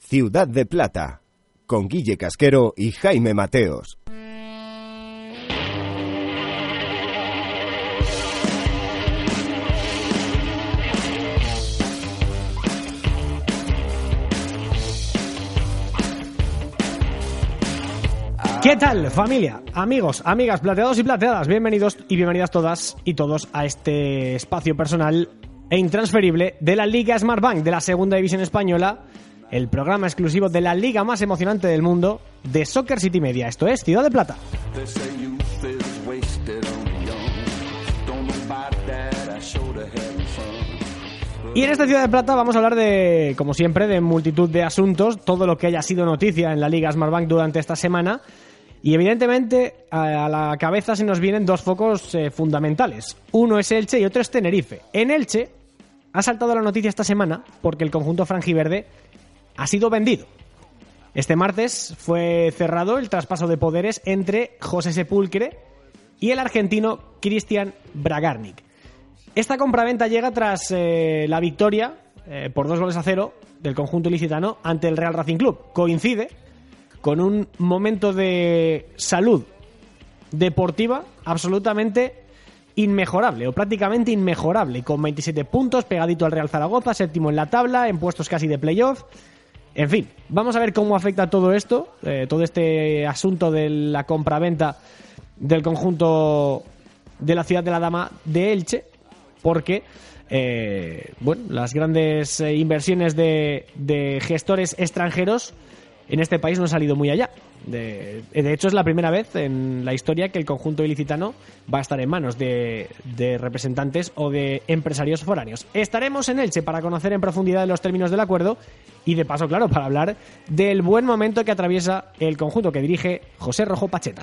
Ciudad de Plata, con Guille Casquero y Jaime Mateos. ¿Qué tal, familia, amigos, amigas, plateados y plateadas? Bienvenidos y bienvenidas todas y todos a este espacio personal e intransferible de la Liga Smartbank de la Segunda División Española, el programa exclusivo de la liga más emocionante del mundo, de Soccer City Media. Esto es Ciudad de Plata. Y en esta Ciudad de Plata vamos a hablar de, como siempre, de multitud de asuntos, todo lo que haya sido noticia en la Liga Smartbank durante esta semana. Y evidentemente a la cabeza se nos vienen dos focos fundamentales. Uno es Elche y otro es Tenerife. En Elche ha saltado la noticia esta semana porque el conjunto franjiverde ha sido vendido. Este martes fue cerrado el traspaso de poderes entre José Sepúlcre y el argentino Cristian Bragarnik. Esta compraventa llega tras la victoria por 2-0 del conjunto ilicitano ante el Real Racing Club. Coincide con un momento de salud deportiva absolutamente inmejorable, o prácticamente inmejorable, con 27 puntos, pegadito al Real Zaragoza, séptimo en la tabla, en puestos casi de playoff. En fin, vamos a ver cómo afecta todo esto, todo este asunto de la compraventa del conjunto de la Ciudad de la Dama de Elche, porque las grandes inversiones de gestores extranjeros en este país no han salido muy allá. De hecho, es la primera vez en la historia que el conjunto ilicitano va a estar en manos de representantes o de empresarios foráneos. Estaremos en Elche para conocer en profundidad los términos del acuerdo y, de paso, claro, para hablar del buen momento que atraviesa el conjunto que dirige José Rojo Pacheta.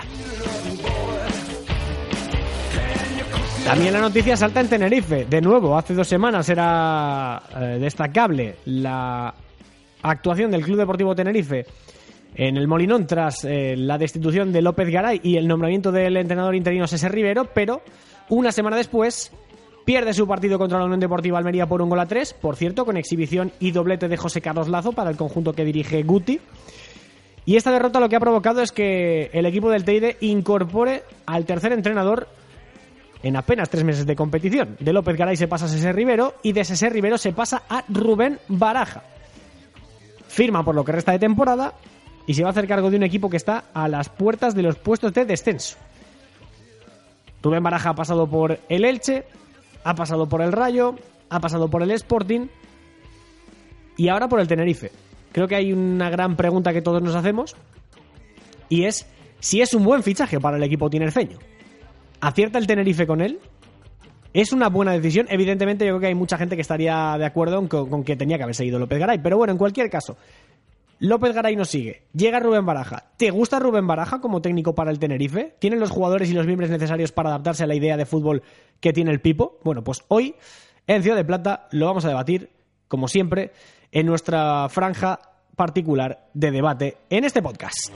También la noticia salta en Tenerife. De nuevo, hace 2 semanas era destacable la actuación del Club Deportivo Tenerife en el Molinón tras la destitución de López Garay y el nombramiento del entrenador interino César Rivero, pero una semana después pierde su partido contra la Unión Deportiva Almería por 1-3, por cierto, con exhibición y doblete de José Carlos Lazo para el conjunto que dirige Guti. Y esta derrota lo que ha provocado es que el equipo del Teide incorpore al tercer entrenador en apenas 3 meses de competición. De López Garay se pasa a César Rivero y de César Rivero se pasa a Rubén Baraja. Firma por lo que resta de temporada y se va a hacer cargo de un equipo que está a las puertas de los puestos de descenso. Rubén Baraja ha pasado por el Elche, ha pasado por el Rayo, ha pasado por el Sporting y ahora por el Tenerife. Creo que hay una gran pregunta que todos nos hacemos y es si es un buen fichaje para el equipo tinerfeño. ¿Acierta el Tenerife con él? ¿Es una buena decisión? Evidentemente yo creo que hay mucha gente que estaría de acuerdo con que tenía que haber seguido López Garay, pero bueno, en cualquier caso, López Garay no sigue, llega Rubén Baraja. ¿Te gusta Rubén Baraja como técnico para el Tenerife? ¿Tienen los jugadores y los miembros necesarios para adaptarse a la idea de fútbol que tiene el Pipo? Bueno, pues hoy en Ciudad de Plata lo vamos a debatir, como siempre, en nuestra franja particular de debate en este podcast.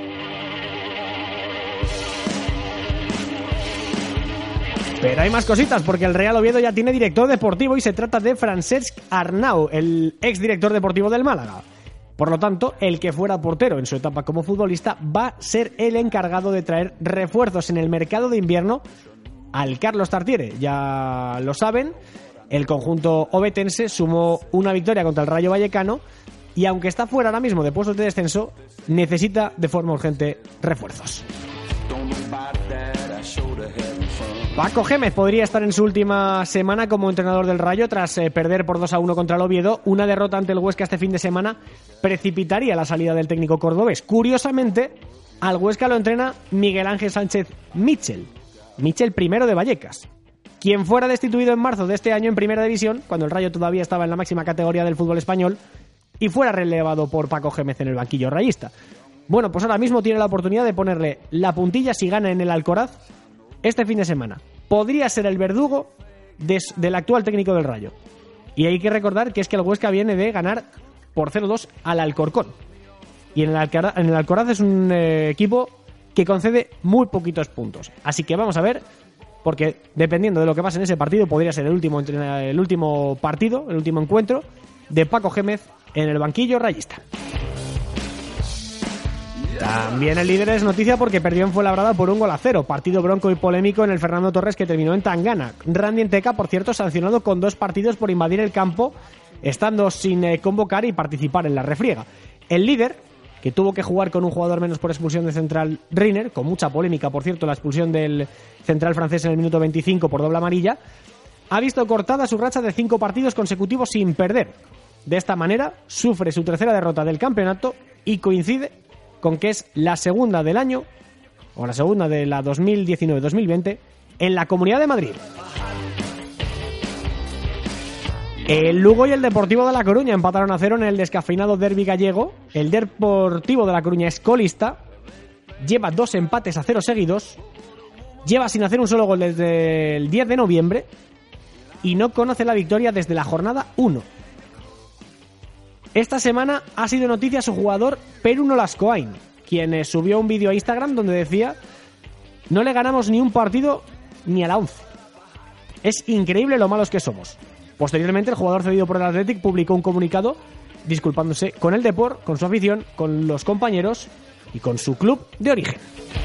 Pero hay más cositas, porque el Real Oviedo ya tiene director deportivo y se trata de Francesc Arnau, el exdirector deportivo del Málaga. Por lo tanto, el que fuera portero en su etapa como futbolista va a ser el encargado de traer refuerzos en el mercado de invierno al Carlos Tartiere. Ya lo saben, el conjunto ovetense sumó una victoria contra el Rayo Vallecano y aunque está fuera ahora mismo de puestos de descenso, necesita de forma urgente refuerzos. Paco Gémez podría estar en su última semana como entrenador del Rayo tras perder por 2-1 contra el Oviedo. Una derrota ante el Huesca este fin de semana precipitaría la salida del técnico cordobés. Curiosamente, al Huesca lo entrena Miguel Ángel Sánchez Michel primero de Vallecas, quien fuera destituido en marzo de este año en Primera División, cuando el Rayo todavía estaba en la máxima categoría del fútbol español, y fuera relevado por Paco Gémez en el banquillo rayista. Bueno, pues ahora mismo tiene la oportunidad de ponerle la puntilla si gana en el Alcoraz este fin de semana. Podría ser el verdugo del actual técnico del Rayo. Y hay que recordar que es que el Huesca viene de ganar por 0-2 al Alcorcón. Y en el Alcoraz es un equipo que concede muy poquitos puntos. Así que vamos a ver, porque dependiendo de lo que pase en ese partido, podría ser el último partido, el último encuentro de Paco Gémez en el banquillo rayista. También el líder es noticia porque perdió en Fuenlabrada por 1-0. Partido bronco y polémico en el Fernando Torres que terminó en tangana. Randy Enteca, por cierto, sancionado con 2 partidos por invadir el campo, estando sin convocar y participar en la refriega. El líder, que tuvo que jugar con un jugador menos por expulsión de central Reiner, con mucha polémica, por cierto, la expulsión del central francés en el minuto 25 por doble amarilla, ha visto cortada su racha de 5 partidos consecutivos sin perder. De esta manera, sufre su tercera derrota del campeonato y coincide con que es la segunda del año, o la segunda de la 2019-2020, en la Comunidad de Madrid. El Lugo y el Deportivo de La Coruña empataron a 0 en el descafeinado derbi gallego. El Deportivo de La Coruña es colista, lleva 2 empates a 0 seguidos, lleva sin hacer un solo gol desde el 10 de noviembre y no conoce la victoria desde la jornada 1. Esta semana ha sido noticia su jugador Peru Nolascoain, quien subió un vídeo a Instagram donde decía: no le ganamos ni un partido ni a la 11. Es increíble lo malos que somos. Posteriormente, el jugador cedido por el Athletic publicó un comunicado disculpándose con el Depor, con su afición, con los compañeros y con su club de origen.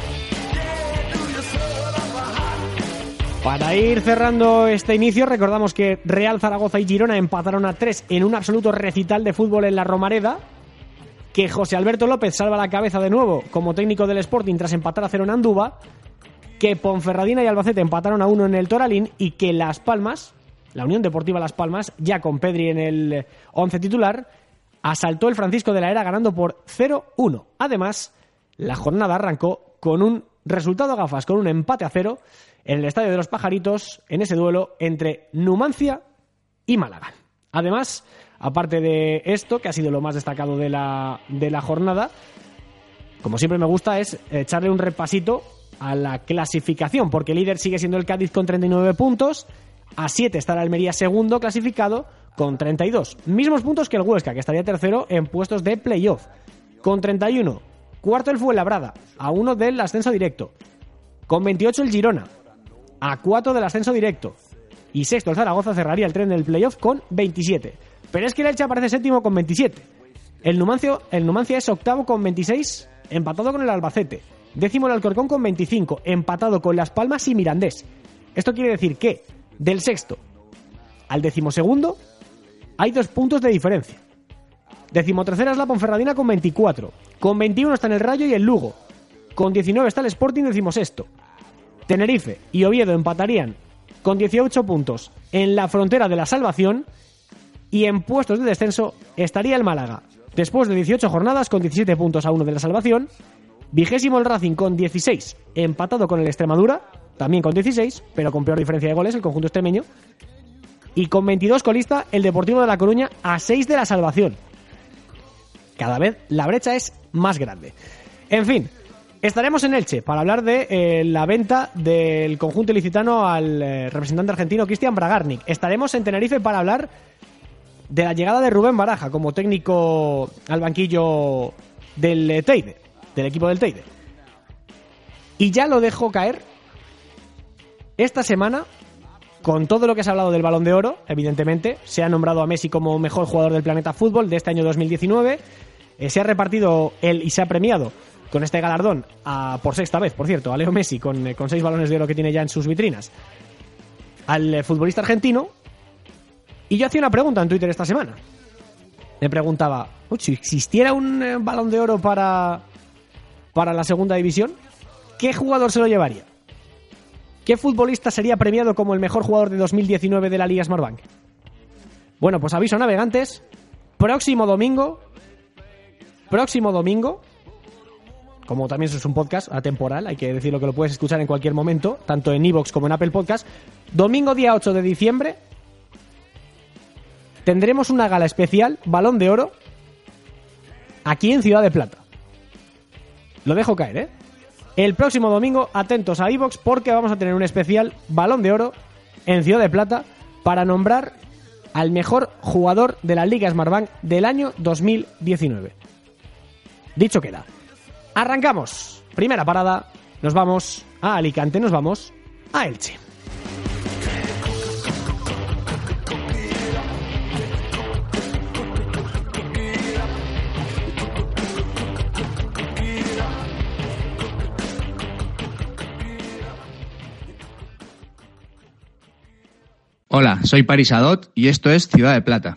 Para ir cerrando este inicio, recordamos que Real Zaragoza y Girona empataron a 3 en un absoluto recital de fútbol en la Romareda, que José Alberto López salva la cabeza de nuevo como técnico del Sporting tras empatar a 0 en Andúba, que Ponferradina y Albacete empataron a 1 en el Toralín y que Las Palmas, la Unión Deportiva Las Palmas, ya con Pedri en el 11 titular, asaltó el Francisco de la Era ganando por 0-1. Además, la jornada arrancó con un resultado a gafas, con un empate a 0 en el Estadio de los Pajaritos, en ese duelo entre Numancia y Málaga. Además, aparte de esto, que ha sido lo más destacado de la jornada, como siempre me gusta, es echarle un repasito a la clasificación, porque el líder sigue siendo el Cádiz con 39 puntos, a 7 está el Almería segundo clasificado con 32, mismos puntos que el Huesca, que estaría tercero en puestos de playoff, con 31, cuarto el Fuenlabrada, a 1 del ascenso directo, con 28 el Girona, a 4 del ascenso directo, y sexto el Zaragoza cerraría el tren del playoff con 27. Pero es que el Elche aparece séptimo con 27. El Numancia es octavo con 26, empatado con el Albacete. Décimo el Alcorcón con 25, empatado con Las Palmas y Mirandés. Esto quiere decir que del sexto al decimosegundo hay 2 puntos de diferencia. Decimotercera es la Ponferradina con 24. Con 21 están el Rayo y el Lugo. Con 19 está el Sporting decimosexto. Tenerife y Oviedo empatarían con 18 puntos en la frontera de la salvación, y en puestos de descenso estaría el Málaga, después de 18 jornadas con 17 puntos a 1 de la salvación, vigésimo el Racing con 16, empatado con el Extremadura, también con 16, pero con peor diferencia de goles el conjunto extremeño, y con 22 colista el Deportivo de La Coruña a 6 de la salvación. Cada vez la brecha es más grande. En fin, estaremos en Elche para hablar de la venta del conjunto ilicitano al representante argentino Cristian Bragarnik. Estaremos en Tenerife para hablar de la llegada de Rubén Baraja como técnico al banquillo del Teide, del equipo del Teide. Y ya lo dejo caer. Esta semana, con todo lo que se ha hablado del Balón de Oro, evidentemente, se ha nombrado a Messi como mejor jugador del planeta fútbol de este año 2019. Se ha repartido y se ha premiado con este galardón por sexta vez, por cierto, a Leo Messi con 6 balones de oro que tiene ya en sus vitrinas, al futbolista argentino. Y yo hacía una pregunta en Twitter esta semana. Me preguntaba, si existiera un balón de oro para la segunda división, ¿qué jugador se lo llevaría? ¿Qué futbolista sería premiado como el mejor jugador de 2019 de la Liga Smartbank? Bueno, pues aviso, navegantes, próximo domingo, como también eso es un podcast atemporal, hay que decirlo, que lo puedes escuchar en cualquier momento, tanto en iVoox como en Apple Podcast, domingo día 8 de diciembre, tendremos una gala especial, Balón de Oro, aquí en Ciudad de Plata. Lo dejo caer, ¿eh? El próximo domingo, atentos a iVoox, porque vamos a tener un especial Balón de Oro en Ciudad de Plata para nombrar al mejor jugador de la Liga Smartbank del año 2019. Dicho queda. Arrancamos. Primera parada. Nos vamos a Alicante, nos vamos a Elche. Hola, soy Paris Adot y esto es Ciudad de Plata.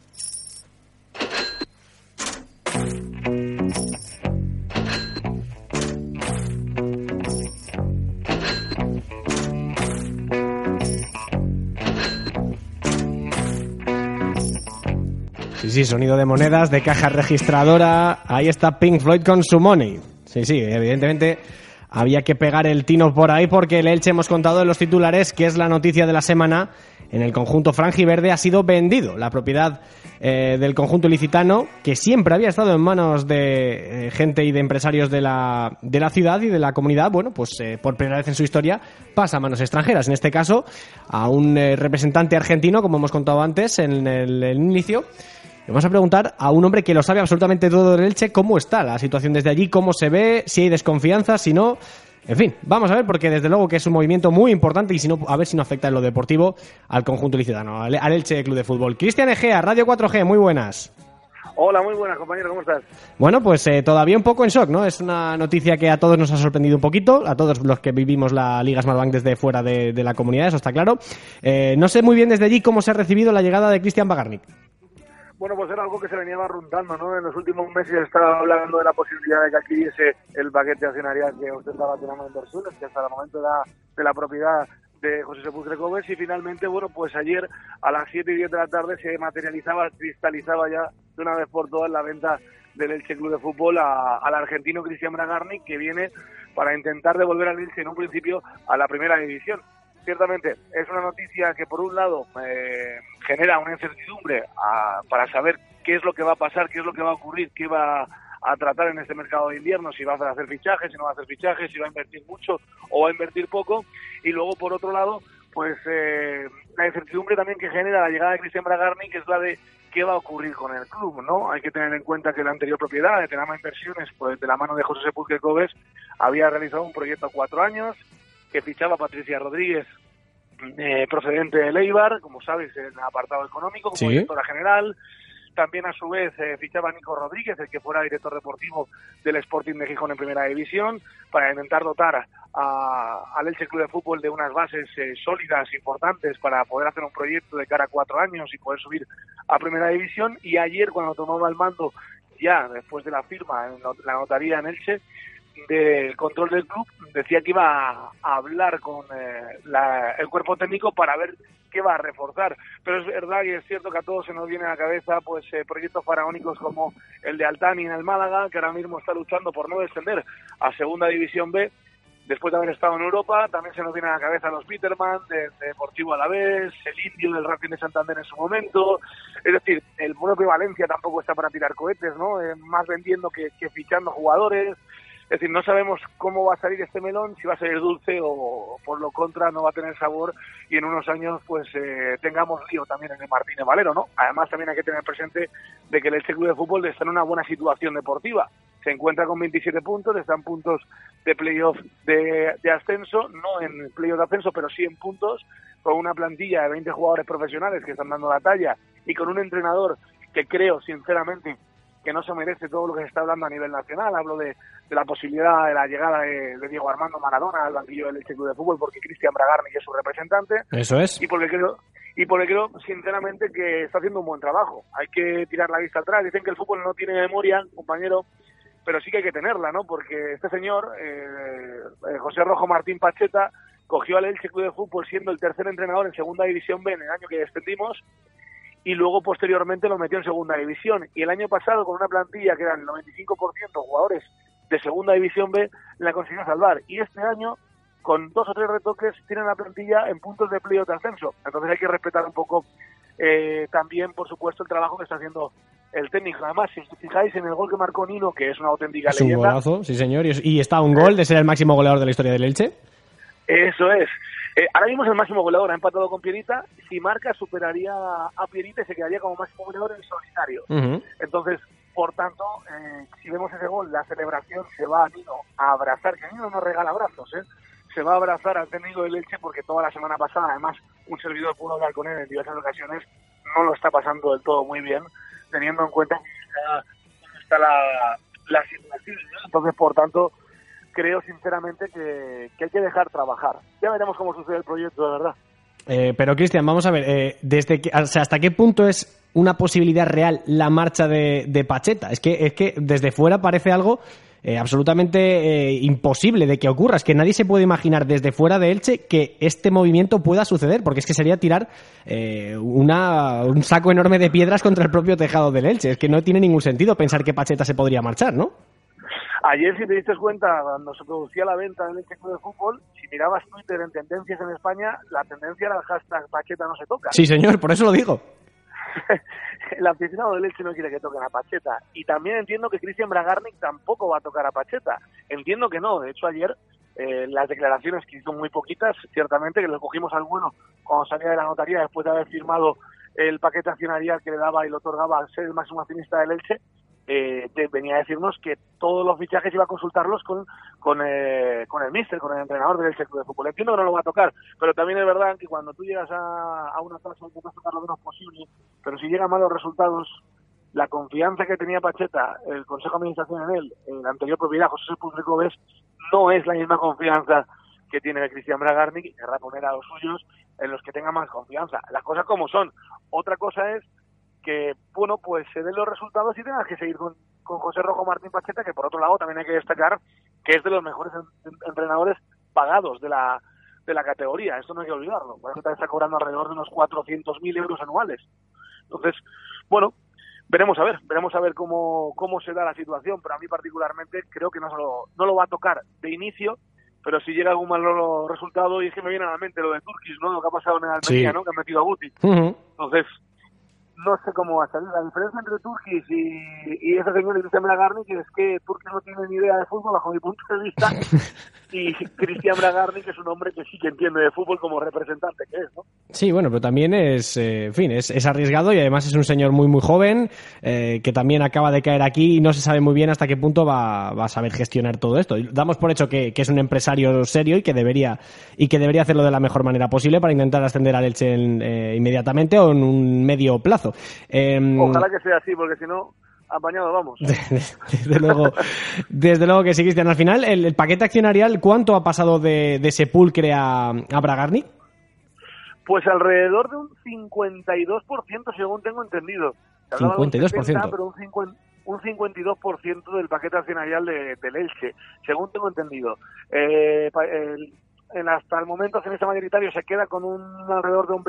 Sí, sonido de monedas, de caja registradora. Ahí está Pink Floyd con su Money. Sí, evidentemente había que pegar el tino por ahí porque el Elche, hemos contado en los titulares, que es la noticia de la semana. En el conjunto franjiverde ha sido vendido la propiedad del conjunto ilicitano, que siempre había estado en manos de gente y de empresarios de la ciudad y de la comunidad. Bueno, pues por primera vez en su historia pasa a manos extranjeras, en este caso a un representante argentino, como hemos contado antes en el inicio. Vamos a preguntar a un hombre que lo sabe absolutamente todo del Elche cómo está la situación desde allí, cómo se ve, si hay desconfianza, si no. En fin, vamos a ver, porque desde luego que es un movimiento muy importante y si no, a ver si no afecta en lo deportivo al conjunto ilicitano, al Elche Club de Fútbol. Cristian Egea, Radio 4G, muy buenas. Hola, muy buenas, compañero, ¿cómo estás? Bueno, pues todavía un poco en shock, ¿no? Es una noticia que a todos nos ha sorprendido un poquito, a todos los que vivimos la Liga Smartbank desde fuera de la comunidad, eso está claro. No sé muy bien desde allí cómo se ha recibido la llegada de Cristian Bagarnik. Bueno, pues era algo que se venía barruntando, ¿no? En los últimos meses estaba hablando de la posibilidad de que adquiriese el paquete accionarial que ostentaba Tenama Inversiones, que hasta el momento era de la propiedad de José Sepulcre Cobes, y finalmente, bueno, pues ayer a las 7:10 de la tarde se materializaba, cristalizaba ya de una vez por todas la venta del Elche Club de Fútbol al argentino Cristian Bagarnik, que viene para intentar devolver al Elche en un principio a la primera división. Ciertamente es una noticia que por un lado genera una incertidumbre para saber qué es lo que va a pasar, qué es lo que va a ocurrir, qué va a tratar en este mercado de invierno, si va a hacer fichajes, si no va a hacer fichajes, si va a invertir mucho o va a invertir poco. Y luego por otro lado, pues la incertidumbre también que genera la llegada de Cristian Bagarnik, que es la de qué va a ocurrir con el club, ¿no? Hay que tener en cuenta que la anterior propiedad de Tenama Inversiones, pues de la mano de José Sepulcre Cobes, había realizado un proyecto a 4 años, que fichaba a Patricia Rodríguez, procedente de Eibar, como sabes, en el apartado económico, como directora general. También, a su vez, fichaba a Nico Rodríguez, el que fuera director deportivo del Sporting de Gijón en Primera División, para intentar dotar al Elche Club de Fútbol de unas bases sólidas, importantes, para poder hacer un proyecto de cara a 4 años y poder subir a Primera División. Y ayer, cuando tomaba el mando, ya después de la firma en la notaría en Elche, del control del club, decía que iba a hablar con el cuerpo técnico para ver qué va a reforzar. Pero es verdad y es cierto que a todos se nos viene a la cabeza pues proyectos faraónicos como el de Altani en el Málaga, que ahora mismo está luchando por no descender a Segunda División B después de haber estado en Europa. También se nos viene a la cabeza los Peterman de Deportivo Alavés, el Indio del Racing de Santander en su momento. Es decir, el propio Valencia tampoco está para tirar cohetes, ¿no? Más vendiendo que fichando jugadores. Es decir, no sabemos cómo va a salir este melón, si va a salir dulce o por lo contra no va a tener sabor, y en unos años pues tengamos lío también en el Martínez Valero, ¿no? Además también hay que tener presente de que el Elche Club de Fútbol está en una buena situación deportiva. Se encuentra con 27 puntos, está en puntos de playoff de ascenso, no en playoff de ascenso, pero sí en puntos, con una plantilla de 20 jugadores profesionales que están dando la talla y con un entrenador que creo sinceramente que no se merece todo lo que se está hablando a nivel nacional. Hablo de la posibilidad de la llegada de Diego Armando Maradona al banquillo del Elche Club de Fútbol, porque Cristian Bagarnik es su representante. Eso es. Y porque creo sinceramente que está haciendo un buen trabajo. Hay que tirar la vista atrás. Dicen que el fútbol no tiene memoria, compañero, pero sí que hay que tenerla, ¿no? Porque este señor, José Rojo Martín Pacheta, cogió al Elche Club de Fútbol siendo el tercer entrenador en Segunda División B en el año que descendimos, y luego posteriormente lo metió en Segunda División. Y el año pasado, con una plantilla que eran el 95% jugadores de Segunda División B, la consiguió salvar. Y este año, con 2 o 3 retoques, tienen la plantilla en puntos de playoff de ascenso. Entonces hay que respetar un poco también, por supuesto, el trabajo que está haciendo el técnico. Además, si os fijáis en el gol que marcó Nino, que es una auténtica leyenda. Es un golazo, sí señor, y está a un gol de ser el máximo goleador de la historia del Elche. Eso es. Ahora mismo es el máximo goleador, ha empatado con Pierita. Si marca, superaría a Pierita y se quedaría como máximo goleador en solitario. Uh-huh. Entonces, por tanto, si vemos ese gol, la celebración, se va a Nino a abrazar, que Nino no regala abrazos, se va a abrazar al técnico del Elche, porque toda la semana pasada, además, un servidor pudo hablar con él en diversas ocasiones, no lo está pasando del todo muy bien, teniendo en cuenta cómo está la situación, ¿no? Entonces, por tanto, creo sinceramente que hay que dejar trabajar. Ya veremos cómo sucede el proyecto, de verdad. Pero Cristian, vamos a ver, ¿hasta qué punto es una posibilidad real la marcha de Pacheta? Es que desde fuera parece algo absolutamente imposible de que ocurra. Es que nadie se puede imaginar desde fuera de Elche que este movimiento pueda suceder, porque es que sería tirar un saco enorme de piedras contra el propio tejado del Elche. Es que no tiene ningún sentido pensar que Pacheta se podría marchar, ¿no? Ayer, si te diste cuenta, cuando se producía la venta del Elche Club de Fútbol, si mirabas Twitter en tendencias en España, la tendencia era el hashtag Pacheta no se toca. Sí, señor, por eso lo digo. El aficionado del Elche no quiere que toquen a Pacheta. Y también entiendo que Cristian Bragarnik tampoco va a tocar a Pacheta. Entiendo que no. De hecho, ayer las declaraciones, que hizo muy poquitas, ciertamente, que le cogimos al vuelo cuando salía de la notaría después de haber firmado el paquete accionarial que le daba y le otorgaba al ser el máximo accionista del Elche, venía a decirnos que todos los fichajes iba a consultarlos con el míster, con el entrenador del Elche Club de Fútbol. Entiendo que no lo va a tocar, pero también es verdad que cuando tú llegas a una tasa intentas tocar lo menos posible, pero si llegan malos resultados, la confianza que tenía Pacheta, el Consejo de Administración en él, el anterior propiedad, José Sepúlveda Gómez, no es la misma confianza que tiene Cristian Bragarnik, y querrá poner a los suyos en los que tenga más confianza. Las cosas como son. Otra cosa es que, bueno, pues se den los resultados y tengas que seguir con José Rojo Martín Pacheta, que por otro lado también hay que destacar que es de los mejores entrenadores pagados de la categoría. Esto no hay que olvidarlo. Pacheta está cobrando alrededor de unos 400.000 euros anuales. Entonces, bueno, veremos a ver cómo se da la situación, pero a mí particularmente creo que no lo va a tocar de inicio, pero si llega algún mal resultado, y es que me viene a la mente lo de Turkish, ¿no? Lo que ha pasado en el Almería, sí, ¿no? Que han metido a Guti. Uh-huh. Entonces, no sé cómo va a salir. La diferencia entre Turkish y ese señor Cristian Bragarnik es que Turkish no tiene ni idea de fútbol, bajo mi punto de vista, y Cristian Bragarnik es un hombre que sí que entiende de fútbol como representante que es, ¿no? Sí, bueno, pero también es, en fin, es arriesgado y además es un señor muy, muy joven que también acaba de caer aquí y no se sabe muy bien hasta qué punto va a saber gestionar todo esto. Damos por hecho que es un empresario serio y que debería hacerlo de la mejor manera posible para intentar ascender al Elche inmediatamente o en un medio plazo. Ojalá que sea así, porque si no, apañado vamos. Desde luego que sí, Cristian. Al final, el paquete accionarial, ¿cuánto ha pasado de Sepulcre a Bragarnik? Pues alrededor de un 52%, según tengo entendido. 52%. 70, pero un 52% del paquete accionarial del Elche, según tengo entendido. Hasta el momento, accionista mayoritario se queda con alrededor de un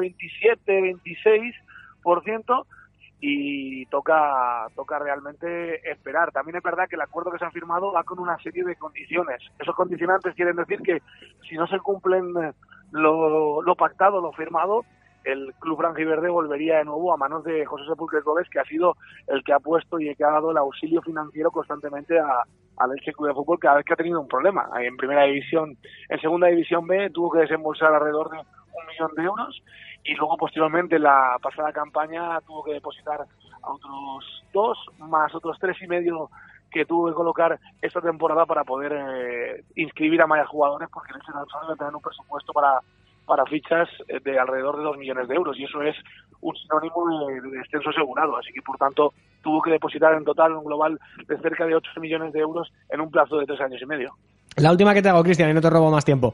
27-26%, y toca realmente esperar. También es verdad que el acuerdo que se ha firmado va con una serie de condiciones. Esos condicionantes quieren decir que si no se cumplen lo pactado, lo firmado, el club franjiverde volvería de nuevo a manos de José Sepúlveda Gómez, que ha sido el que ha puesto y el que ha dado el auxilio financiero constantemente al Elche Club de Fútbol cada vez que ha tenido un problema. En primera división, en segunda división B, tuvo que desembolsar alrededor de 1 millón de euros, y luego posteriormente en la pasada campaña tuvo que depositar a otros 2, más otros 3,5 que tuvo que colocar esta temporada para poder inscribir a más jugadores, porque el Elche debe tener un presupuesto para fichas de alrededor de 2 millones de euros, y eso es un sinónimo de descenso asegurado. Así que, por tanto, tuvo que depositar en total un global de cerca de 8 millones de euros en un plazo de 3 años y medio. La última que te hago, Cristian, y no te robo más tiempo.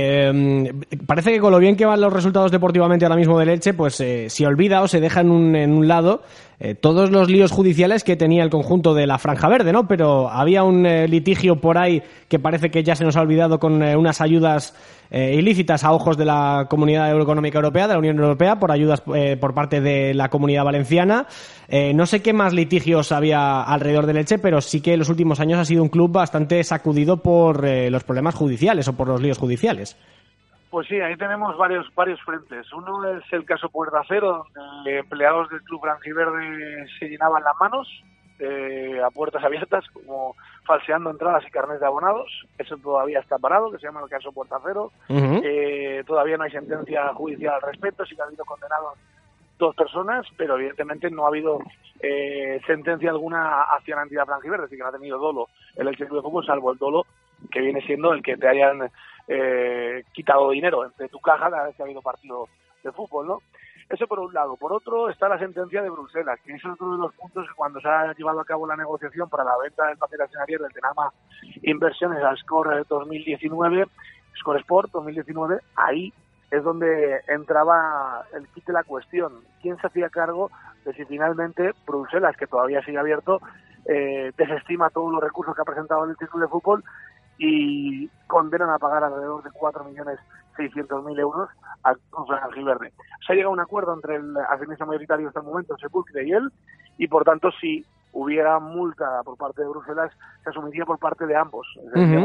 Parece que con lo bien que van los resultados deportivamente ahora mismo del Elche, pues se olvida o se deja en un lado todos los líos judiciales que tenía el conjunto de la Franja Verde, ¿no? Pero había un litigio por ahí que parece que ya se nos ha olvidado, con unas ayudas ilícitas a ojos de la Comunidad Económica Europea, de la Unión Europea, por ayudas por parte de la Comunidad Valenciana. No sé qué más litigios había alrededor del Elche, pero sí que en los últimos años ha sido un club bastante sacudido por los problemas judiciales o por los líos judiciales. Pues sí, ahí tenemos varios frentes. Uno es el caso Puerta Cero, donde empleados del club franjiverde se llenaban las manos a puertas abiertas, como falseando entradas y carnets de abonados. Eso todavía está parado, que se llama el caso Puerta Cero. Uh-huh. Todavía no hay sentencia judicial al respecto, sí que ha habido condenados 2 personas, pero evidentemente no ha habido sentencia alguna hacia la entidad franjiverde, así que no ha tenido dolo el Elche Club de Fútbol, salvo el dolo que viene siendo el que te hayan quitado dinero de tu caja cada vez que ha habido partido de fútbol, ¿no? Eso por un lado. Por otro está la sentencia de Bruselas, que es otro de los puntos que cuando se ha llevado a cabo la negociación para la venta del paquete accionarial del Tenama Inversiones al Score 2019, Score Sport 2019, ahí es donde entraba el kit de la cuestión. ¿Quién se hacía cargo de si finalmente Bruselas, que todavía sigue abierto, desestima todos los recursos que ha presentado el Club de Fútbol y condenan a pagar alrededor de 4.600.000 euros a Cruz Algiverde? Se ha llegado a un acuerdo entre el accionista mayoritario hasta el momento, Sepulcre, y él, y por tanto, si hubiera multa por parte de Bruselas, se asumiría por parte de ambos. Sería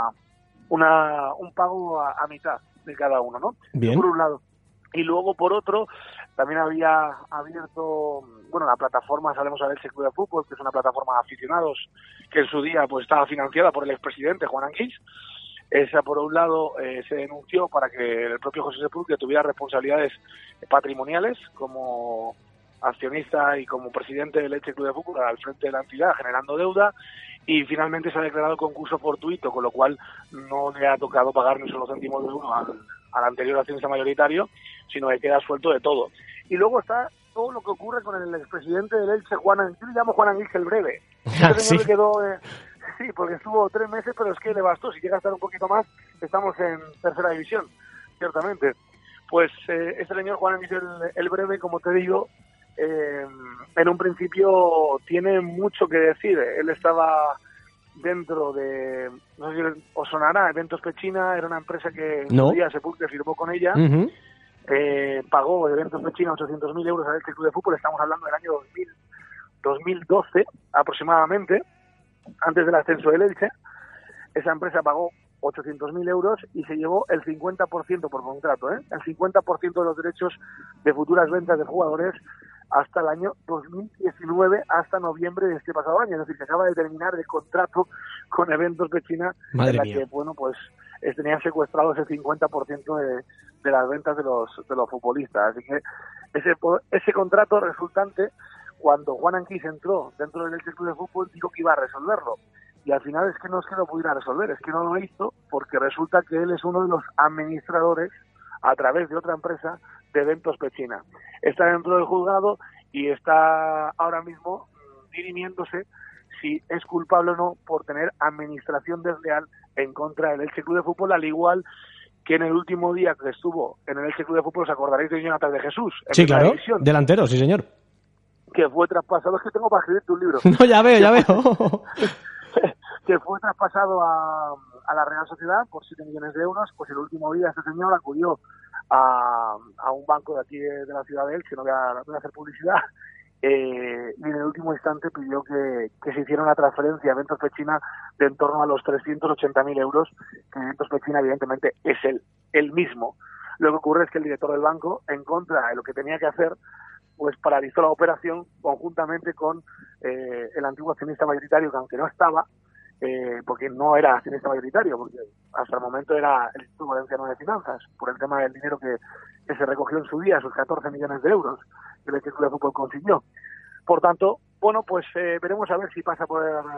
un pago a mitad de cada uno, ¿no? Bien. Por un lado. Y luego, por otro, también había abierto, la plataforma Salemos al Elche Club de Fútbol, que es una plataforma de aficionados que en su día pues estaba financiada por el expresidente Juan Anguix. Esa, por un lado, se denunció para que el propio José Sepulcre tuviera responsabilidades patrimoniales como accionista y como presidente del Elche Club de Fútbol al frente de la entidad, generando deuda, y finalmente se ha declarado concurso fortuito, con lo cual no le ha tocado pagar ni solo céntimos de euro al anterior accionista mayoritario, sino que queda suelto de todo. Y luego está todo lo que ocurre con el expresidente del Elche, Juan Anguix. Yo le llamo Juan Anguix el breve. Sí. Quedó, sí, porque estuvo 3 meses, pero es que le bastó. Si llega a estar un poquito más, estamos en tercera división, ciertamente. Pues este señor Juan Anguix el breve, como te digo, en un principio tiene mucho que decir. Él estaba dentro de, no sé si os sonará, Eventos Pechina, era una empresa que un día Sepulcre firmó con ella. Pagó Eventos Pechina 800.000 euros al Elche Club de Fútbol. Estamos hablando del año 2012 aproximadamente, antes del ascenso del Elche. Esa empresa pagó 800.000 euros y se llevó el 50% por contrato, el 50% de los derechos de futuras ventas de jugadores hasta el año 2019, hasta noviembre de este pasado año. Es decir, que acaba de terminar el contrato con Eventos Pechina, en la que, tenían secuestrado ese 50% de las ventas de los futbolistas. Así que ese contrato resultante, cuando Juan Anguix entró dentro del Elche Club de Fútbol, dijo que iba a resolverlo. Y al final es que no es que lo pudiera resolver, es que no lo hizo, porque resulta que él es uno de los administradores, a través de otra empresa, de Eventos Pechina. Está dentro del juzgado y está ahora mismo dirimiéndose si es culpable o no por tener administración desleal en contra del Elche Club de Fútbol, al igual que en el último día que estuvo en el Elche Club de Fútbol, os acordaréis de Jonathan de Jesús. Sí, claro, delantero, sí señor. Que fue traspasado, es que tengo para escribirte un libro. No, ya veo. Que fue traspasado a la Real Sociedad por 7 millones de euros. Pues el último día este señor acudió a un banco de aquí de la ciudad de Elche, no voy a hacer publicidad, y en el último instante pidió que se hiciera una transferencia a Eventos Pechina de en torno a los 380.000 euros, que Eventos Pechina evidentemente es el mismo. Lo que ocurre es que el director del banco, en contra de lo que tenía que hacer, pues paralizó la operación conjuntamente con el antiguo accionista mayoritario, que aunque no estaba, porque no era accionista mayoritario, porque hasta el momento era el Instituto Valenciano de Finanzas, por el tema del dinero que se recogió en su día, esos 14 millones de euros que el Club de Fútbol consiguió. Por tanto, pues veremos a ver si pasa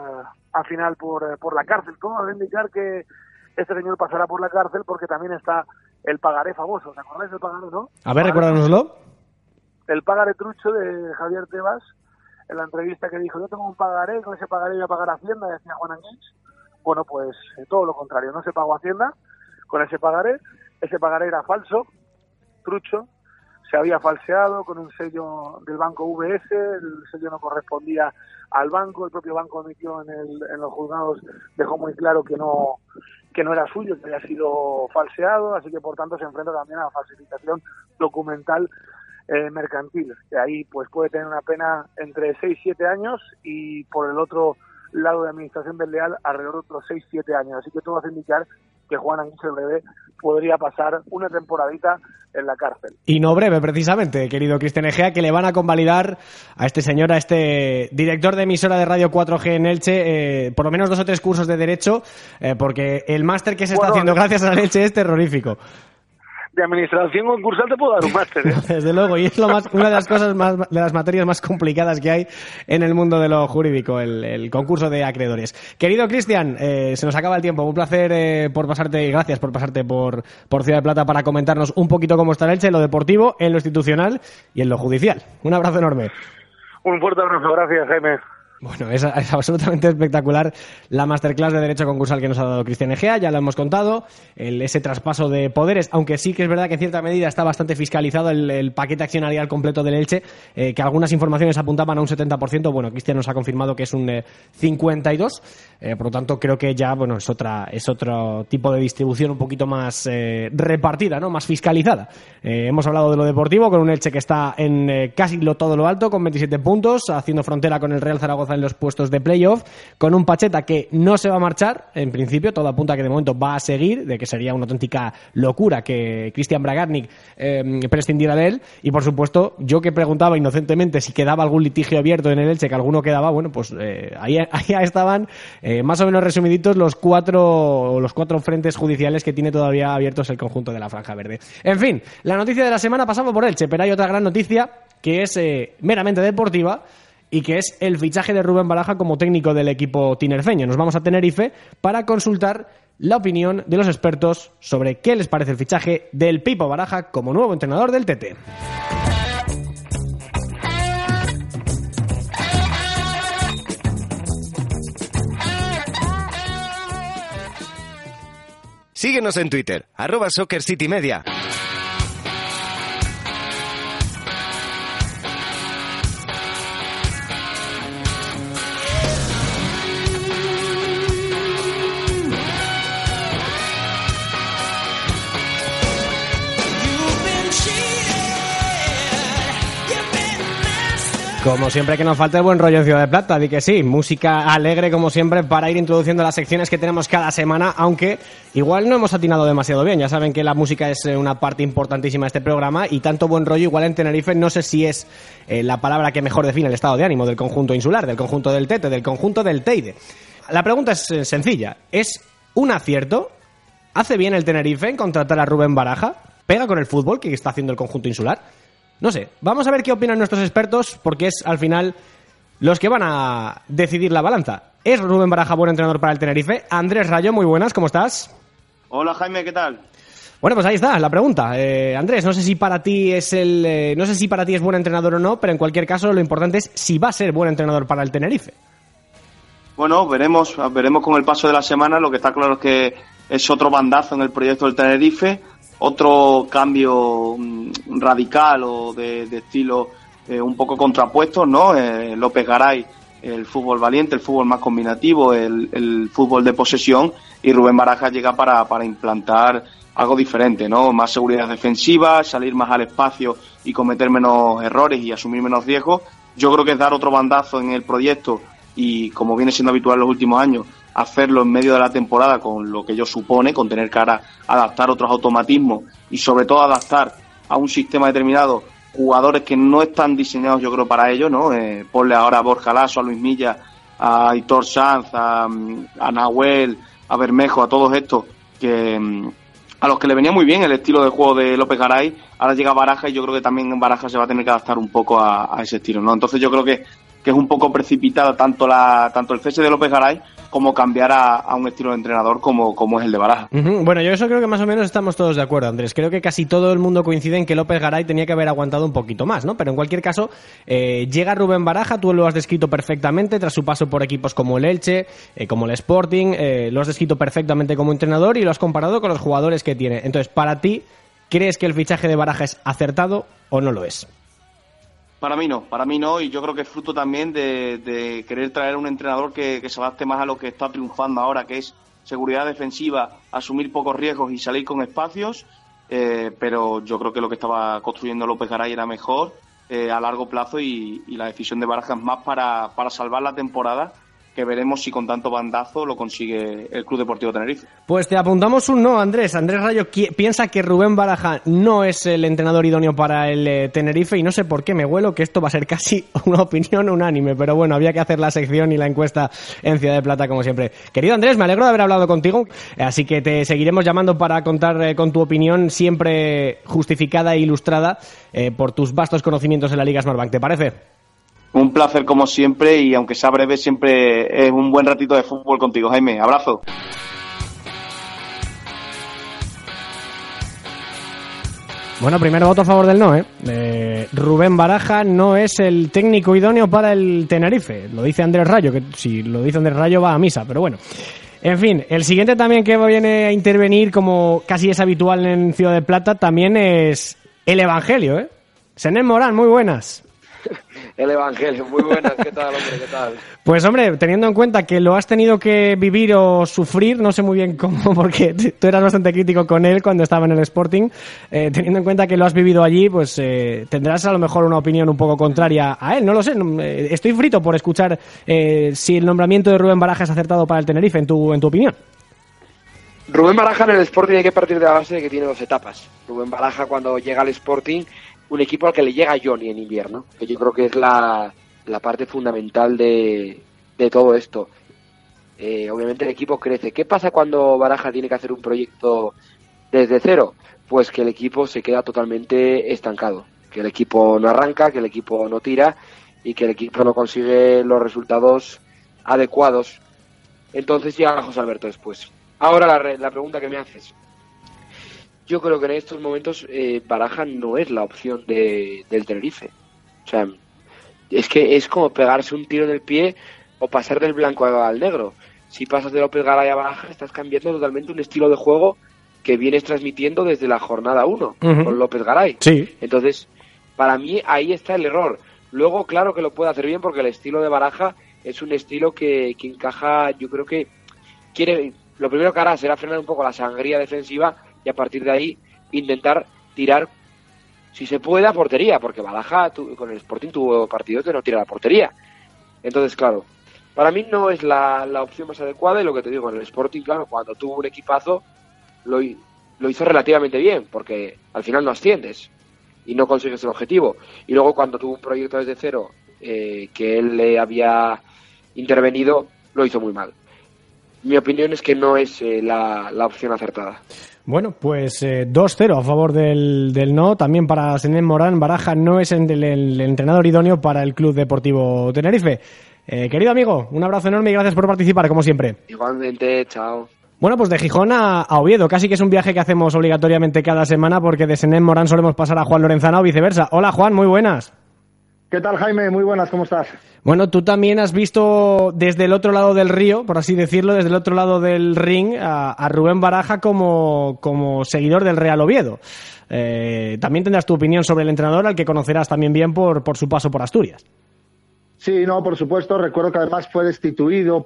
al final por la cárcel. Todo debe indicar que este señor pasará por la cárcel, porque también está el pagaré famoso. ¿Te acordáis del pagaré, no? A ver, recuérdanoslo. El pagaré trucho de Javier Tebas, en la entrevista, que dijo: yo tengo un pagaré, con ese pagaré voy a pagar Hacienda, decía Juan Anguix. Bueno, pues todo lo contrario, no se pagó Hacienda con ese pagaré era falso, trucho, se había falseado con un sello del banco VS, el sello no correspondía al banco, el propio banco emitió en los juzgados, dejó muy claro que no era suyo, que había sido falseado, así que por tanto se enfrenta también a la falsificación documental mercantil, que ahí pues puede tener una pena entre 6 y 7 años, y por el otro lado de administración desleal alrededor de otros 6 y 7 años. Así que todo hace indicar que Juan Anguix el breve podría pasar una temporadita en la cárcel. Y no breve, precisamente, querido Cristian Egea, que le van a convalidar a este señor, a este director de emisora de Radio 4G en Elche, por lo menos 2 o 3 cursos de Derecho, porque el máster que se está haciendo gracias a Elche es terrorífico. De administración concursal te puedo dar un máster, ¿eh? Desde luego, y es una de las cosas de las materias más complicadas que hay en el mundo de lo jurídico, el concurso de acreedores. Querido Cristian, se nos acaba el tiempo. Un placer gracias por pasarte por Ciudad de Plata para comentarnos un poquito cómo está el Elche en lo deportivo, en lo institucional y en lo judicial. Un abrazo enorme. Un fuerte abrazo, gracias, Jaime. Bueno, es absolutamente espectacular la masterclass de Derecho Concursal que nos ha dado Cristian Egea, ya lo hemos contado, ese traspaso de poderes, aunque sí que es verdad que en cierta medida está bastante fiscalizado el paquete accionarial completo del Elche, que algunas informaciones apuntaban a un 70%, bueno, Cristian nos ha confirmado que es un 52%, por lo tanto creo que ya, bueno, es otro tipo de distribución un poquito más repartida, ¿no? Más fiscalizada. Hemos hablado de lo deportivo, con un Elche que está en casi todo lo alto, con 27 puntos, haciendo frontera con el Real Zaragoza en los puestos de playoff, con un Pacheta que no se va a marchar, en principio, todo apunta que de momento va a seguir, de que sería una auténtica locura que Christian Bragarnik prescindiera de él, y por supuesto, yo que preguntaba inocentemente si quedaba algún litigio abierto en el Elche, que alguno quedaba, bueno, pues ahí estaban más o menos resumiditos los cuatro frentes judiciales que tiene todavía abiertos el conjunto de la Franja Verde. En fin, la noticia de la semana pasamos por Elche, pero hay otra gran noticia que es meramente deportiva, y que es el fichaje de Rubén Baraja como técnico del equipo tinerfeño. Nos vamos a Tenerife para consultar la opinión de los expertos sobre qué les parece el fichaje del Pipo Baraja como nuevo entrenador del TT. Síguenos en Twitter, @SoccerCityMedia. Como siempre, que nos falta el buen rollo en Ciudad de Plata, di que sí, música alegre como siempre para ir introduciendo las secciones que tenemos cada semana, aunque igual no hemos atinado demasiado bien. Ya saben que la música es una parte importantísima de este programa, y tanto buen rollo igual en Tenerife no sé si es la palabra que mejor define el estado de ánimo del conjunto insular, del conjunto del Tete, del conjunto del Teide. La pregunta es sencilla, ¿es un acierto? ¿Hace bien el Tenerife en contratar a Rubén Baraja? ¿Pega con el fútbol que está haciendo el conjunto insular? No sé, vamos a ver qué opinan nuestros expertos, porque es al final los que van a decidir la balanza. ¿Es Rubén Baraja buen entrenador para el Tenerife? Andrés Rayo, muy buenas, ¿cómo estás? Hola Jaime, ¿qué tal? Bueno, pues ahí está la pregunta. Andrés, no sé si para ti es buen entrenador o no, pero en cualquier caso lo importante es si va a ser buen entrenador para el Tenerife. Bueno, veremos con el paso de la semana. Lo que está claro es que es otro bandazo en el proyecto del Tenerife, otro cambio radical o de estilo un poco contrapuesto, ¿no? López Garay, el fútbol valiente, el fútbol más combinativo, el fútbol de posesión, y Rubén Baraja llega para implantar algo diferente, ¿no? Más seguridad defensiva, salir más al espacio y cometer menos errores y asumir menos riesgos. Yo creo que es dar otro bandazo en el proyecto y, como viene siendo habitual en los últimos años, hacerlo en medio de la temporada, con lo que ello supone, con tener que ahora adaptar otros automatismos y sobre todo adaptar a un sistema determinado jugadores que no están diseñados, yo creo, para ello, ¿no? Ponle ahora a Borja Lasso, a Luis Milla, a Aitor Sanz, a Nahuel, a Bermejo, a todos estos que a los que le venía muy bien el estilo de juego de López Garay. Ahora llega Baraja y yo creo que también Baraja se va a tener que adaptar un poco a ese estilo, ¿no? Entonces yo creo que es un poco precipitada tanto el cese de López Garay como cambiar a un estilo de entrenador como es el de Baraja. Bueno, yo eso creo que más o menos estamos todos de acuerdo, Andrés. Creo que casi todo el mundo coincide en que López Garay tenía que haber aguantado un poquito más, ¿no? Pero en cualquier caso, llega Rubén Baraja, tú lo has descrito perfectamente, tras su paso por equipos como el Elche, como el Sporting, lo has descrito perfectamente como entrenador y lo has comparado con los jugadores que tiene. Entonces, para ti, ¿crees que el fichaje de Baraja es acertado o no lo es? Para mí no, y yo creo que es fruto también de querer traer un entrenador que se adapte más a lo que está triunfando ahora, que es seguridad defensiva, asumir pocos riesgos y salir con espacios, pero yo creo que lo que estaba construyendo López Garay era mejor a largo plazo, y la decisión de Baraja es más para salvar la temporada, que veremos si con tanto bandazo lo consigue el Club Deportivo Tenerife. Pues te apuntamos un no, Andrés. Andrés Rayo piensa que Rubén Baraja no es el entrenador idóneo para el Tenerife, y no sé por qué me huelo que esto va a ser casi una opinión unánime, pero bueno, había que hacer la sección y la encuesta en Ciudad de Plata como siempre. Querido Andrés, me alegro de haber hablado contigo, así que te seguiremos llamando para contar con tu opinión, siempre justificada e ilustrada por tus vastos conocimientos en la Liga Smartbank. ¿Te parece? Un placer como siempre, y aunque sea breve, siempre es un buen ratito de fútbol contigo, Jaime. Abrazo. Bueno, primero voto a favor del no, ¿eh? Rubén Baraja no es el técnico idóneo para el Tenerife. Lo dice Andrés Rayo, que si lo dice Andrés Rayo va a misa, pero bueno. En fin, el siguiente también que viene a intervenir, como casi es habitual en Ciudad de Plata, también es el Evangelio, ¿eh? Senén Morán, muy buenas. El Evangelio, muy buenas, ¿qué tal, hombre? ¿Qué tal? Pues hombre, teniendo en cuenta que lo has tenido que vivir o sufrir, no sé muy bien cómo, porque tú eras bastante crítico con él cuando estaba en el Sporting, teniendo en cuenta que lo has vivido allí, pues tendrás a lo mejor una opinión un poco contraria a él, no lo sé, estoy frito por escuchar si el nombramiento de Rubén Baraja es acertado para el Tenerife, en tu opinión. Rubén Baraja en el Sporting hay que partir de la base de que tiene 2 etapas. Rubén Baraja cuando llega al Sporting, un equipo al que le llega Johnny en invierno, que yo creo que es la parte fundamental de todo esto. Obviamente el equipo crece. ¿Qué pasa cuando Baraja tiene que hacer un proyecto desde cero? Pues que el equipo se queda totalmente estancado, que el equipo no arranca, que el equipo no tira y que el equipo no consigue los resultados adecuados. Entonces llega José Alberto después. Ahora la pregunta que me haces. Yo creo que en estos momentos Baraja no es la opción del Tenerife. O sea, es que es como pegarse un tiro en el pie o pasar del blanco al negro. Si pasas de López Garay a Baraja, estás cambiando totalmente un estilo de juego que vienes transmitiendo desde la jornada 1 con López Garay. Sí. Entonces, para mí ahí está el error. Luego, claro que lo puede hacer bien porque el estilo de Baraja es un estilo que encaja, yo creo que quiere... Lo primero que hará será frenar un poco la sangría defensiva y a partir de ahí intentar tirar, si se puede, a portería, porque Baraja con el Sporting tuvo partidos de no tirar a portería. Entonces, claro, para mí no es la opción más adecuada y lo que te digo, en el Sporting, claro, cuando tuvo un equipazo, lo hizo relativamente bien, porque al final no asciendes y no consigues el objetivo. Y luego cuando tuvo un proyecto desde cero, que él le había intervenido, lo hizo muy mal. Mi opinión es que no es la opción acertada. Bueno, pues 2-0 a favor del no. También para Senén Morán, Baraja no es el entrenador idóneo para el Club Deportivo Tenerife. Querido amigo, un abrazo enorme y gracias por participar, como siempre. Igualmente, chao. Bueno, pues de Gijón a Oviedo, casi que es un viaje que hacemos obligatoriamente cada semana porque de Senén Morán solemos pasar a Juan Lorenzana o viceversa. Hola Juan, muy buenas. ¿Qué tal, Jaime? Muy buenas, ¿cómo estás? Bueno, tú también has visto desde el otro lado del río, por así decirlo, desde el otro lado del ring, a Rubén Baraja como seguidor del Real Oviedo. También tendrás tu opinión sobre el entrenador, al que conocerás también bien por su paso por Asturias. Sí, no, por supuesto. Recuerdo que además fue destituido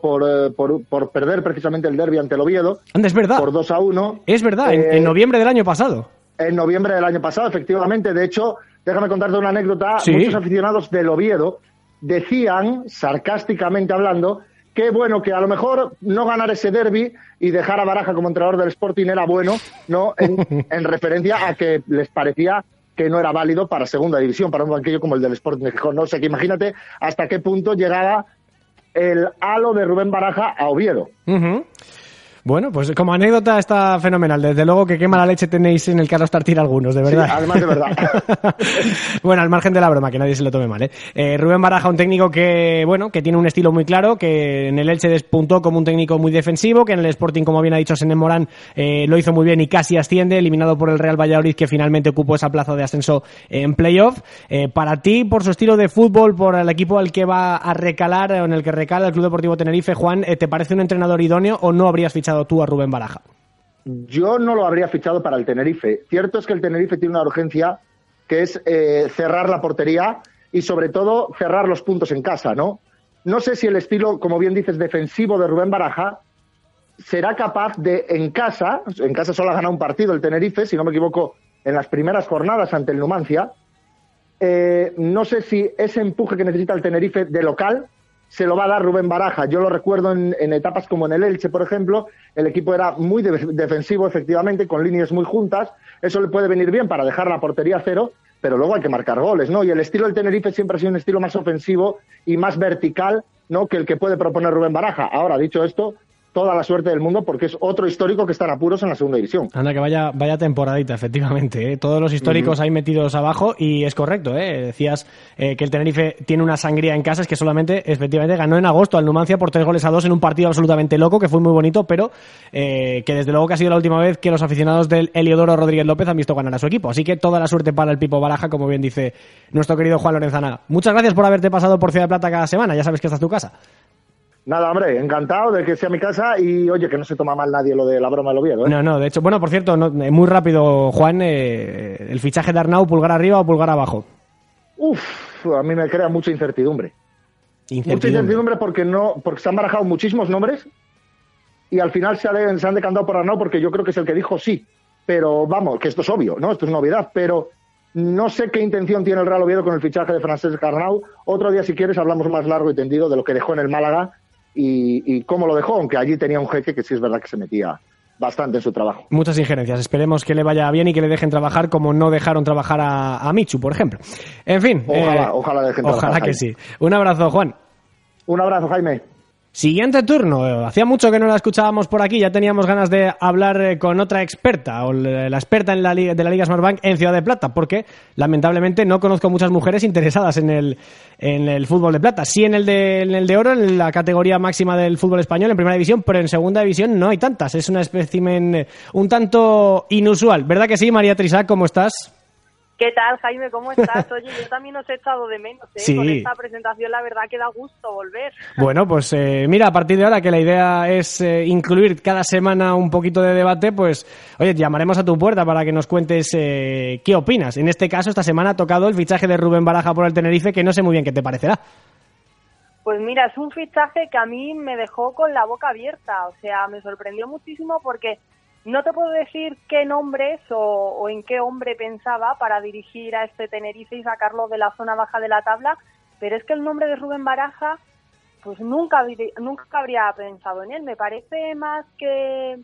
por perder precisamente el derbi ante el Oviedo. Anda, es verdad. Por 2-1. Es verdad, en noviembre del año pasado. En noviembre del año pasado, efectivamente. De hecho, déjame contarte una anécdota. Sí. Muchos aficionados del Oviedo decían, sarcásticamente hablando, que bueno, que a lo mejor no ganar ese derbi y dejar a Baraja como entrenador del Sporting era bueno, ¿no? En referencia a que les parecía que no era válido para segunda división, para un banquillo como el del Sporting de Gijón, ¿no? O sea, que imagínate hasta qué punto llegaba el halo de Rubén Baraja a Oviedo. Uh-huh. Bueno, pues como anécdota está fenomenal. Desde luego que qué mala leche tenéis en el Carlos Tartiere algunos, de verdad. Sí, además de verdad. Bueno, al margen de la broma, que nadie se lo tome mal, ¿eh? Rubén Baraja, un técnico que tiene un estilo muy claro, que en el Elche despuntó como un técnico muy defensivo, que en el Sporting, como bien ha dicho Senén Morán, lo hizo muy bien y casi asciende, eliminado por el Real Valladolid, que finalmente ocupó esa plaza de ascenso en playoff. Para ti, por su estilo de fútbol, por el equipo al que va a recalar, o en el que recala el Club Deportivo Tenerife, Juan, ¿te parece un entrenador idóneo o no habrías fichado tú a Rubén Baraja? Yo no lo habría fichado para el Tenerife. Cierto es que el Tenerife tiene una urgencia que es cerrar la portería y sobre todo cerrar los puntos en casa, ¿no? No sé si el estilo, como bien dices, defensivo de Rubén Baraja será capaz de, en casa solo ha ganado un partido el Tenerife, si no me equivoco, en las primeras jornadas ante el Numancia. No sé si ese empuje que necesita el Tenerife de local se lo va a dar Rubén Baraja. Yo lo recuerdo en etapas como en el Elche, por ejemplo, el equipo era muy defensivo, efectivamente, con líneas muy juntas. Eso le puede venir bien para dejar la portería a cero, pero luego hay que marcar goles, ¿no? Y el estilo del Tenerife siempre ha sido un estilo más ofensivo y más vertical, ¿no?, que el que puede proponer Rubén Baraja. Ahora, dicho esto, toda la suerte del mundo porque es otro histórico que está en apuros en la segunda división. Anda, que vaya temporadita, efectivamente, ¿eh? Todos los históricos ahí metidos abajo, y es correcto, ¿eh? Decías que el Tenerife tiene una sangría en casa, es que solamente, efectivamente, ganó en agosto al Numancia por 3-2 en un partido absolutamente loco, que fue muy bonito, pero que desde luego que ha sido la última vez que los aficionados del Heliodoro Rodríguez López han visto ganar a su equipo. Así que toda la suerte para el Pipo Baraja, como bien dice nuestro querido Juan Lorenzana. Muchas gracias por haberte pasado por Ciudad de Plata cada semana, ya sabes que esta es tu casa. Nada, hombre, encantado de que sea mi casa y, oye, que no se toma mal nadie lo de la broma del Oviedo, ¿eh? No, de hecho, bueno, por cierto, muy rápido, Juan, el fichaje de Arnau, ¿pulgar arriba o pulgar abajo? A mí me crea mucha incertidumbre. Mucha incertidumbre porque se han barajado muchísimos nombres y al final se han decantado por Arnau porque yo creo que es el que dijo sí. Pero vamos, que esto es obvio, ¿no? Esto es novedad, pero no sé qué intención tiene el Real Oviedo con el fichaje de Francesc Arnau. Otro día, si quieres, hablamos más largo y tendido de lo que dejó en el Málaga y cómo lo dejó, aunque allí tenía un jeque que sí es verdad que se metía bastante en su trabajo. Muchas injerencias. Esperemos que le vaya bien y que le dejen trabajar como no dejaron trabajar a Michu, por ejemplo. En fin. Ojalá dejen trabajar. Ojalá que sí. Un abrazo, Juan. Un abrazo, Jaime. Siguiente turno. Hacía mucho que no la escuchábamos por aquí. Ya teníamos ganas de hablar con otra experta, o la experta de la Liga Smartbank en Ciudad de Plata, porque lamentablemente no conozco muchas mujeres interesadas en el fútbol de plata. Sí en el de oro, en la categoría máxima del fútbol español, en primera división, pero en segunda división no hay tantas. Es un espécimen un tanto inusual. ¿Verdad que sí, María Trisac? ¿Cómo estás? ¿Qué tal, Jaime? ¿Cómo estás? Oye, yo también os he echado de menos, ¿eh? Sí. Con esta presentación la verdad que da gusto volver. Bueno, pues mira, a partir de ahora que la idea es incluir cada semana un poquito de debate, pues oye, llamaremos a tu puerta para que nos cuentes qué opinas. En este caso, esta semana ha tocado el fichaje de Rubén Baraja por el Tenerife, que no sé muy bien qué te parecerá. Pues mira, es un fichaje que a mí me dejó con la boca abierta, o sea, me sorprendió muchísimo porque no te puedo decir qué nombres o en qué hombre pensaba para dirigir a este Tenerife y sacarlo de la zona baja de la tabla, pero es que el nombre de Rubén Baraja, pues nunca habría pensado en él. Me parece más que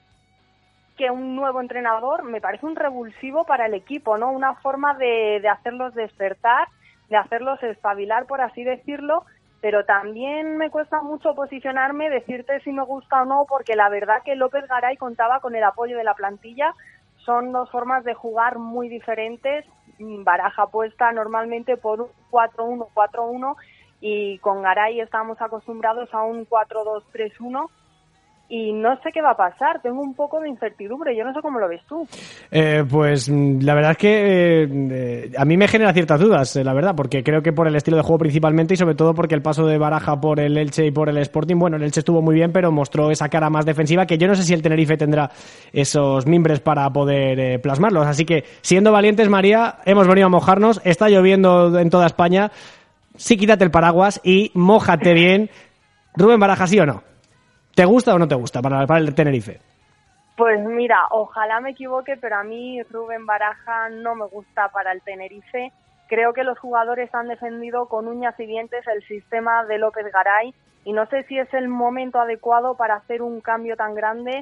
un nuevo entrenador, me parece un revulsivo para el equipo, ¿no? Una forma de hacerlos despertar, de hacerlos espabilar, por así decirlo. Pero también me cuesta mucho posicionarme, decirte si me gusta o no, porque la verdad que López Garay contaba con el apoyo de la plantilla. Son dos formas de jugar muy diferentes. Baraja apuesta normalmente por un 4-1-4-1 y con Garay estamos acostumbrados a un 4-2-3-1. Y no sé qué va a pasar, tengo un poco de incertidumbre, yo no sé cómo lo ves tú. Pues la verdad es que a mí me genera ciertas dudas, la verdad, porque creo que por el estilo de juego principalmente y sobre todo porque el paso de Baraja por el Elche y por el Sporting, bueno, el Elche estuvo muy bien, pero mostró esa cara más defensiva que yo no sé si el Tenerife tendrá esos mimbres para poder plasmarlos. Así que, siendo valientes, María, hemos venido a mojarnos, está lloviendo en toda España, sí, quítate el paraguas y mójate bien. Rubén Baraja, ¿sí o no? ¿Te gusta o no te gusta para el Tenerife? Pues mira, ojalá me equivoque, pero a mí Rubén Baraja no me gusta para el Tenerife. Creo que los jugadores han defendido con uñas y dientes el sistema de López Garay y no sé si es el momento adecuado para hacer un cambio tan grande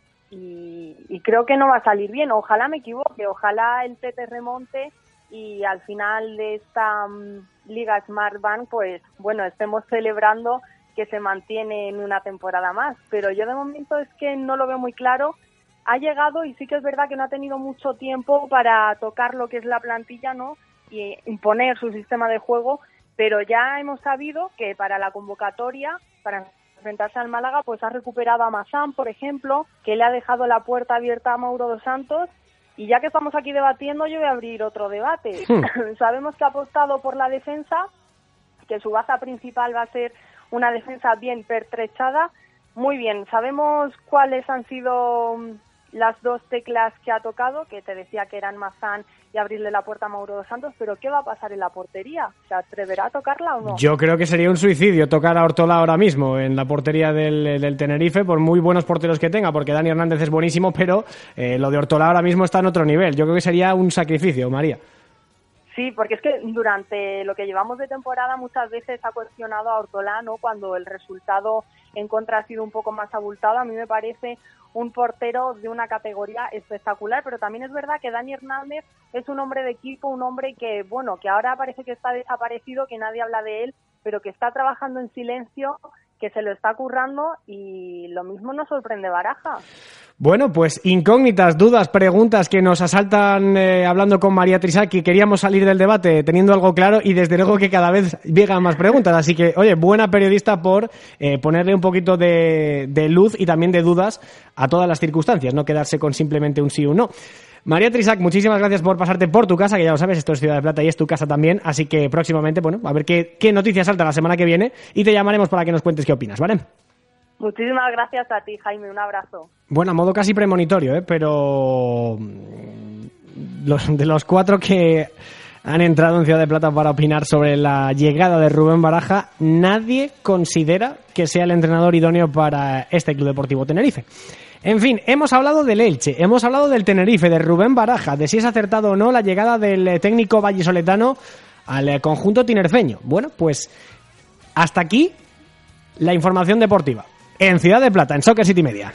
y creo que no va a salir bien. Ojalá me equivoque, ojalá el Tete remonte y al final de esta Liga Smartbank, pues bueno, estemos celebrando que se mantiene en una temporada más, pero yo de momento es que no lo veo muy claro. Ha llegado y sí que es verdad que no ha tenido mucho tiempo para tocar lo que es la plantilla, ¿no? Y imponer su sistema de juego, pero ya hemos sabido que para la convocatoria, para enfrentarse al Málaga, pues ha recuperado a Massán, por ejemplo, que le ha dejado la puerta abierta a Mauro dos Santos. Y ya que estamos aquí debatiendo, yo voy a abrir otro debate. Sabemos que ha apostado por la defensa, que su baza principal va a ser una defensa bien pertrechada. Muy bien, sabemos cuáles han sido las dos teclas que ha tocado, que te decía que eran Massán y abrirle la puerta a Mauro dos Santos, pero ¿qué va a pasar en la portería? ¿Se atreverá a tocarla o no? Yo creo que sería un suicidio tocar a Ortola ahora mismo en la portería del Tenerife, por muy buenos porteros que tenga, porque Dani Hernández es buenísimo, pero lo de Ortola ahora mismo está en otro nivel. Yo creo que sería un sacrificio, María. Sí, porque es que durante lo que llevamos de temporada muchas veces ha cuestionado a Ortola, ¿no? Cuando el resultado en contra ha sido un poco más abultado. A mí me parece un portero de una categoría espectacular, pero también es verdad que Dani Hernández es un hombre de equipo, un hombre que, bueno, que ahora parece que está desaparecido, que nadie habla de él, pero que está trabajando en silencio que se lo está currando y lo mismo nos sorprende Baraja. Bueno, pues incógnitas, dudas, preguntas que nos asaltan hablando con María Trisaki. Queríamos salir del debate teniendo algo claro y desde luego que cada vez llegan más preguntas. Así que, oye, buena periodista por ponerle un poquito de luz y también de dudas a todas las circunstancias, no quedarse con simplemente un sí o un no. María Trisac, muchísimas gracias por pasarte por tu casa, que ya lo sabes, esto es Ciudad de Plata y es tu casa también, así que próximamente, bueno, a ver qué noticias salta la semana que viene y te llamaremos para que nos cuentes qué opinas, ¿vale? Muchísimas gracias a ti, Jaime, un abrazo. Bueno, a modo casi premonitorio, pero de los 4 que han entrado en Ciudad de Plata para opinar sobre la llegada de Rubén Baraja, nadie considera que sea el entrenador idóneo para este Club Deportivo Tenerife. En fin, hemos hablado del Elche, hemos hablado del Tenerife, de Rubén Baraja, de si es acertado o no la llegada del técnico vallisoletano al conjunto tinerfeño. Bueno, pues hasta aquí la información deportiva en Ciudad de Plata, en Soccer City Media.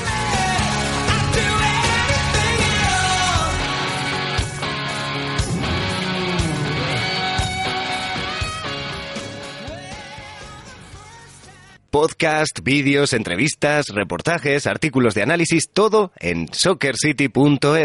Podcast, vídeos, entrevistas, reportajes, artículos de análisis, todo en soccercity.es.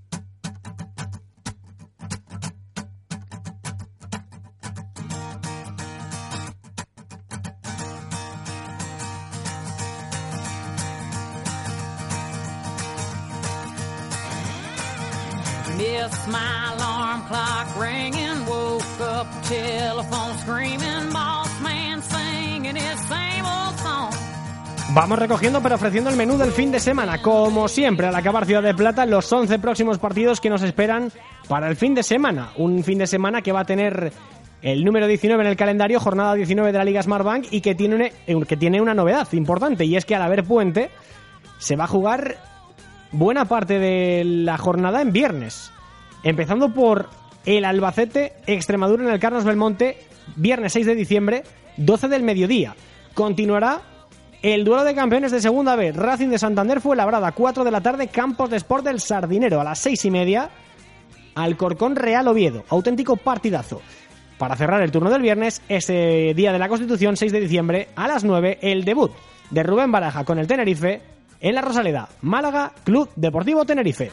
Missed my alarm clock ringing, woke up, telephone screaming, boss man singing his same old song. Vamos recogiendo pero ofreciendo el menú del fin de semana, como siempre al acabar Ciudad de Plata, los 11 próximos partidos que nos esperan para el fin de semana. Un fin de semana que va a tener el número 19 en el calendario, jornada 19 de la Liga Smartbank, y que tiene una novedad importante, y es que al haber puente se va a jugar buena parte de la jornada en viernes, empezando por el Albacete Extremadura en el Carlos Belmonte, viernes 6 de diciembre, 12 del mediodía. Continuará el duelo de campeones de Segunda B, Racing de Santander Fuenlabrada, 4 de la tarde, Campos de Sport del Sardinero, a las 6:30, Alcorcón Real Oviedo, auténtico partidazo. Para cerrar el turno del viernes, ese día de la Constitución, 6 de diciembre, a las 9, el debut de Rubén Baraja con el Tenerife en la Rosaleda, Málaga, Club Deportivo Tenerife.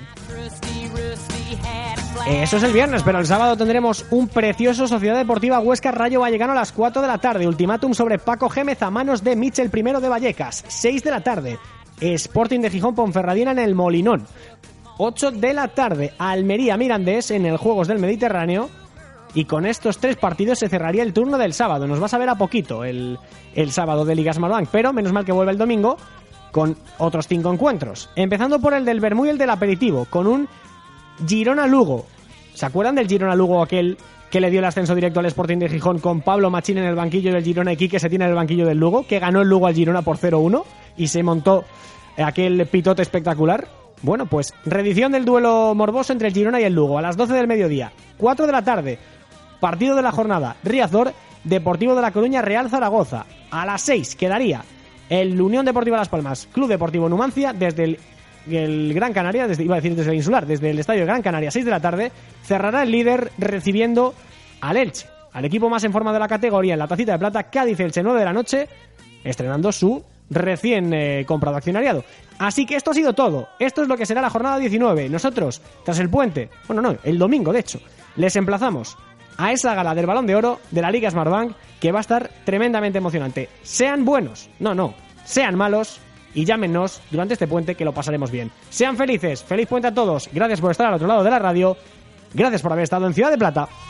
Eso es el viernes, pero el sábado tendremos un precioso Sociedad Deportiva Huesca Rayo Vallecano a las 4 de la tarde. Ultimátum sobre Paco Gémez a manos de Michel I de Vallecas. 6 de la tarde, Sporting de Gijón Ponferradina en el Molinón. 8 de la tarde, Almería Mirandés en el Juegos del Mediterráneo. Y con estos 3 partidos se cerraría el turno del sábado. Nos va a saber a poquito el sábado de Liga Smartbank, pero menos mal que vuelve el domingo con otros 5 encuentros. Empezando por el del Bermú y el del Aperitivo, con un Girona-Lugo. ¿Se acuerdan del Girona-Lugo aquel que le dio el ascenso directo al Sporting de Gijón con Pablo Machín en el banquillo del Girona y Quique Setién en el banquillo del Lugo, que ganó el Lugo al Girona por 0-1 y se montó aquel pitote espectacular? Bueno, pues reedición del duelo morboso entre el Girona y el Lugo a las 12 del mediodía. 4 de la tarde, partido de la jornada, Riazor, Deportivo de La Coruña, Real Zaragoza. A las 6 quedaría el Unión Deportiva Las Palmas, Club Deportivo Numancia, desde el Gran Canaria, desde el Insular, desde el estadio de Gran Canaria, 6 de la tarde, cerrará el líder recibiendo al Elche, al equipo más en forma de la categoría en la tacita de plata, Cádiz-Elche, 9 de la noche, estrenando su recién comprado accionariado. Así que esto ha sido todo. Esto es lo que será la jornada 19. Nosotros, tras el puente, el domingo de hecho, les emplazamos a esa gala del Balón de Oro de la Liga Smartbank, que va a estar tremendamente emocionante. Sean buenos, sean malos, y llámenos durante este puente, que lo pasaremos bien. Sean felices, feliz puente a todos. Gracias por estar al otro lado de la radio. Gracias por haber estado en Ciudad de Plata.